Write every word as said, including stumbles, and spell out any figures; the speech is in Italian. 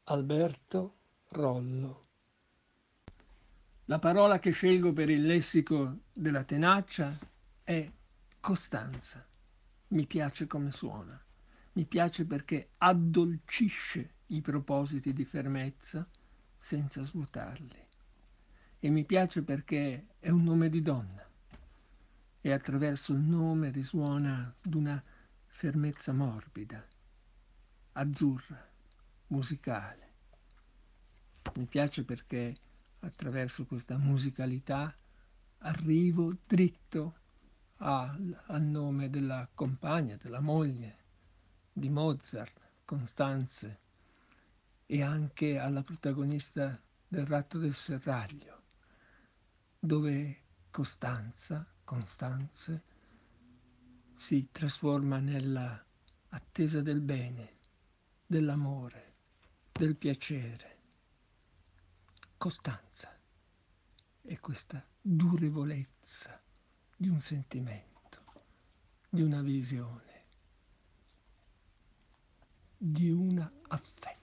Alberto Rollo. La parola che scelgo per il lessico della tenacia è costanza. Mi piace come suona. Mi piace perché addolcisce i propositi di fermezza senza svuotarli. E mi piace perché è un nome di donna. E attraverso il nome risuona d'una fermezza morbida, azzurra, musicale. Mi piace perché attraverso questa musicalità arrivo dritto al, al nome della compagna, della moglie, di Mozart, Costanze, e anche alla protagonista del Ratto del Serraglio, dove Costanza, Costanze, si trasforma nella attesa del bene, dell'amore, del piacere. Costanza è questa durevolezza di un sentimento, di una visione, di un affetto.